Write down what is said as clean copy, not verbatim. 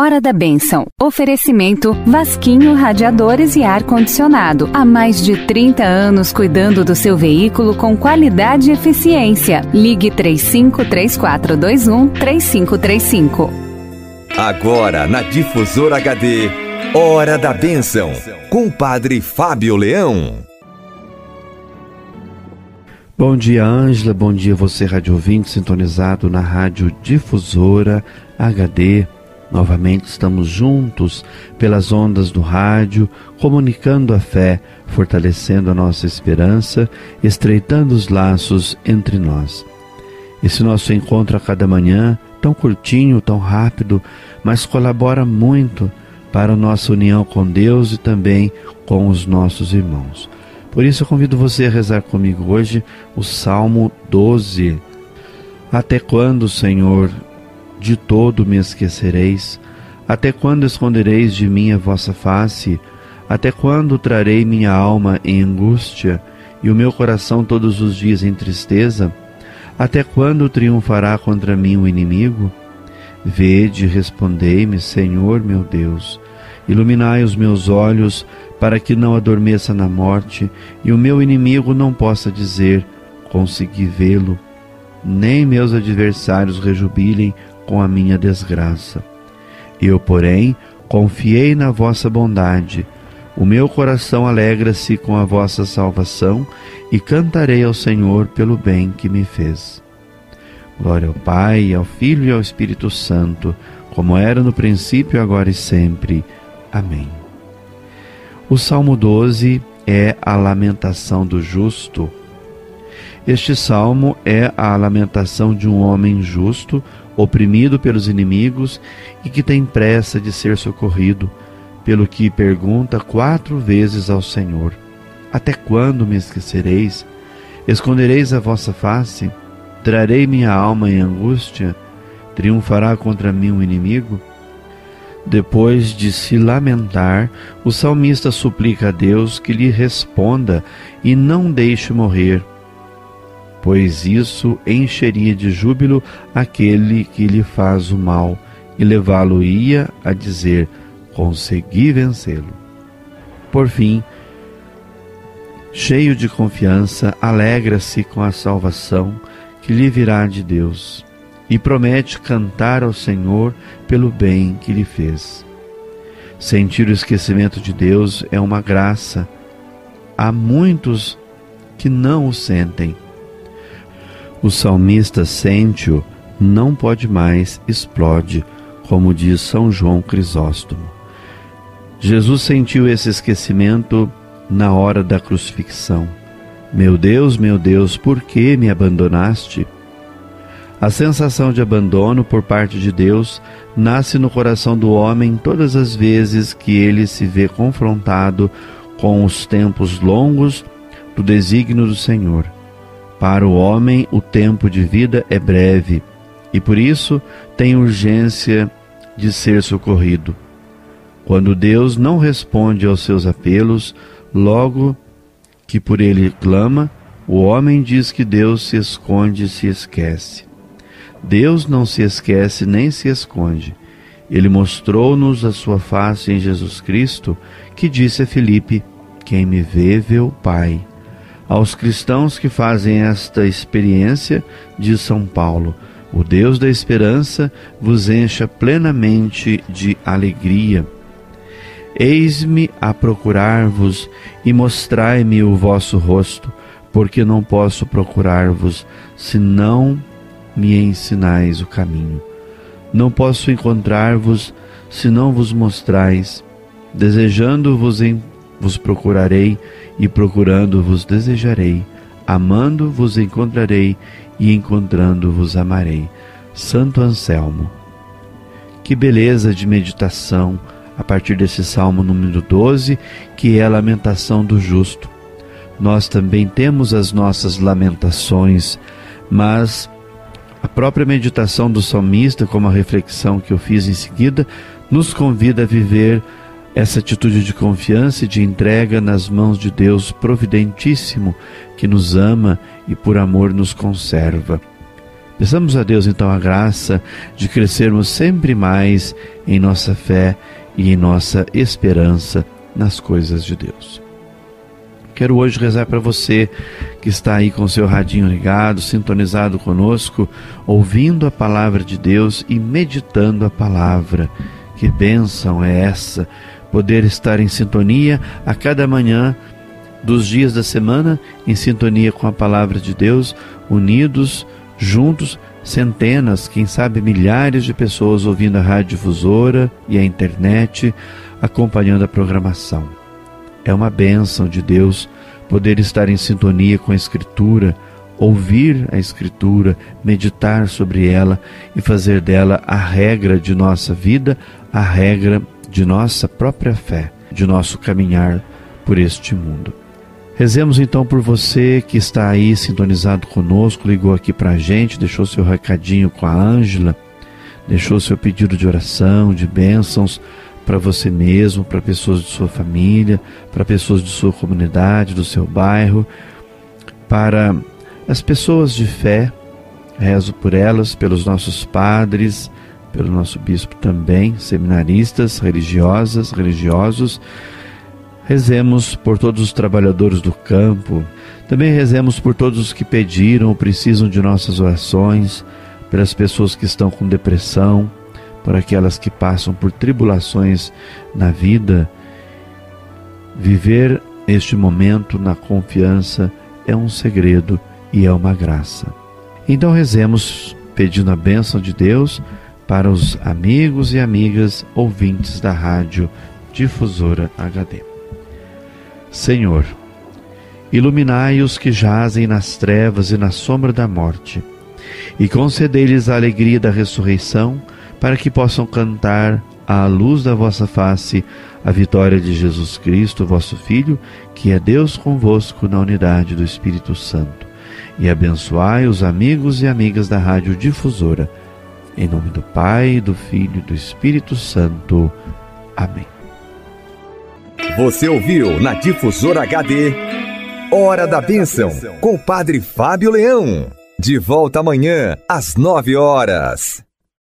Hora da Bênção. Oferecimento Vasquinho Radiadores e Ar-Condicionado. Há mais de 30 anos cuidando do seu veículo com qualidade e eficiência. Ligue 353421-3535. Agora na Difusora HD, Hora da Bênção, com o Padre Fábio Leão. Bom dia, Ângela. Bom dia, você, rádio ouvinte, sintonizado na Rádio Difusora HD. Novamente estamos juntos pelas ondas do rádio, comunicando a fé, fortalecendo a nossa esperança, estreitando os laços entre nós. Esse nosso encontro a cada manhã, tão curtinho, tão rápido, mas colabora muito para a nossa união com Deus e também com os nossos irmãos. Por isso eu convido você a rezar comigo hoje o Salmo 12. Até quando, Senhor, de todo me esquecereis? Até quando escondereis de mim a vossa face? Até quando trarei minha alma em angústia e o meu coração todos os dias em tristeza? Até quando triunfará contra mim o inimigo? Vede e respondei-me, Senhor meu Deus. Iluminai os meus olhos para que não adormeça na morte e o meu inimigo não possa dizer, consegui vê-lo, nem meus adversários rejubilem com a minha desgraça. Eu, porém, confiei na vossa bondade. O meu coração alegra-se com a vossa salvação e cantarei ao Senhor pelo bem que me fez. Glória ao Pai, ao Filho e ao Espírito Santo, como era no princípio, agora e sempre. Amém. O Salmo 12 é a lamentação do justo. Este salmo é a lamentação de um homem justo, oprimido pelos inimigos e que tem pressa de ser socorrido, pelo que pergunta 4 vezes ao Senhor: até quando me esquecereis? Escondereis a vossa face? Trarei minha alma em angústia? Triunfará contra mim o inimigo? Depois de se lamentar, o salmista suplica a Deus que lhe responda e não deixe morrer, pois isso encheria de júbilo aquele que lhe faz o mal e levá-lo-ia a dizer, consegui vencê-lo. Por fim, cheio de confiança, alegra-se com a salvação que lhe virá de Deus e promete cantar ao Senhor pelo bem que lhe fez. Sentir o esquecimento de Deus é uma graça. Há muitos que não o sentem. O salmista sente-o, não pode mais, explode, como diz São João Crisóstomo. Jesus sentiu esse esquecimento na hora da crucifixão. Meu Deus, por que me abandonaste? A sensação de abandono por parte de Deus nasce no coração do homem todas as vezes que ele se vê confrontado com os tempos longos do desígnio do Senhor. Para o homem, o tempo de vida é breve e, por isso, tem urgência de ser socorrido. Quando Deus não responde aos seus apelos, logo que por ele clama, o homem diz que Deus se esconde e se esquece. Deus não se esquece nem se esconde. Ele mostrou-nos a sua face em Jesus Cristo, que disse a Filipe, quem me vê, vê o Pai. Aos cristãos que fazem esta experiência, diz São Paulo, o Deus da esperança vos encha plenamente de alegria. Eis-me a procurar-vos e mostrai-me o vosso rosto, porque não posso procurar-vos, se não me ensinais o caminho. Não posso encontrar-vos, se não vos mostrais. Desejando-vos vos procurarei, e procurando-vos desejarei. Amando vos encontrarei, e encontrando vos amarei. Santo Anselmo. Que beleza de meditação a partir desse Salmo número 12, que é a lamentação do justo. Nós também temos as nossas lamentações, mas a própria meditação do salmista, como a reflexão que eu fiz em seguida, nos convida a viver essa atitude de confiança e de entrega nas mãos de Deus providentíssimo, que nos ama e por amor nos conserva. Peçamos a Deus então a graça de crescermos sempre mais em nossa fé e em nossa esperança nas coisas de Deus. Quero hoje rezar para você que está aí com o seu radinho ligado, sintonizado conosco, ouvindo a palavra de Deus e meditando a palavra. Que bênção é essa, poder estar em sintonia a cada manhã dos dias da semana, em sintonia com a palavra de Deus, unidos, juntos, centenas, quem sabe milhares de pessoas ouvindo a Rádio Difusora e a internet, acompanhando a programação. É uma bênção de Deus poder estar em sintonia com a Escritura, ouvir a Escritura, meditar sobre ela e fazer dela a regra de nossa vida, a regra de nossa própria fé, de nosso caminhar por este mundo. Rezemos então por você que está aí sintonizado conosco, ligou aqui para a gente, deixou seu recadinho com a Ângela, deixou seu pedido de oração, de bênçãos para você mesmo, para pessoas de sua família, para pessoas de sua comunidade, do seu bairro, para as pessoas de fé. Rezo por elas, pelos nossos padres, pelo nosso bispo também, seminaristas, religiosos. Rezemos por todos os trabalhadores do campo. Também rezemos por todos os que pediram ou precisam de nossas orações, pelas pessoas que estão com depressão, por aquelas que passam por tribulações na vida. Viver este momento na confiança é um segredo e é uma graça. Então rezemos pedindo a bênção de Deus para os amigos e amigas ouvintes da Rádio Difusora HD. Senhor, iluminai os que jazem nas trevas e na sombra da morte, e concedei-lhes a alegria da ressurreição, para que possam cantar à luz da vossa face a vitória de Jesus Cristo, vosso Filho, que é Deus convosco na unidade do Espírito Santo. E abençoai os amigos e amigas da Rádio Difusora. Em nome do Pai, do Filho e do Espírito Santo. Amém. Você ouviu na Difusora HD Hora da Bênção, com o Padre Fábio Leão. De volta amanhã às 9 horas.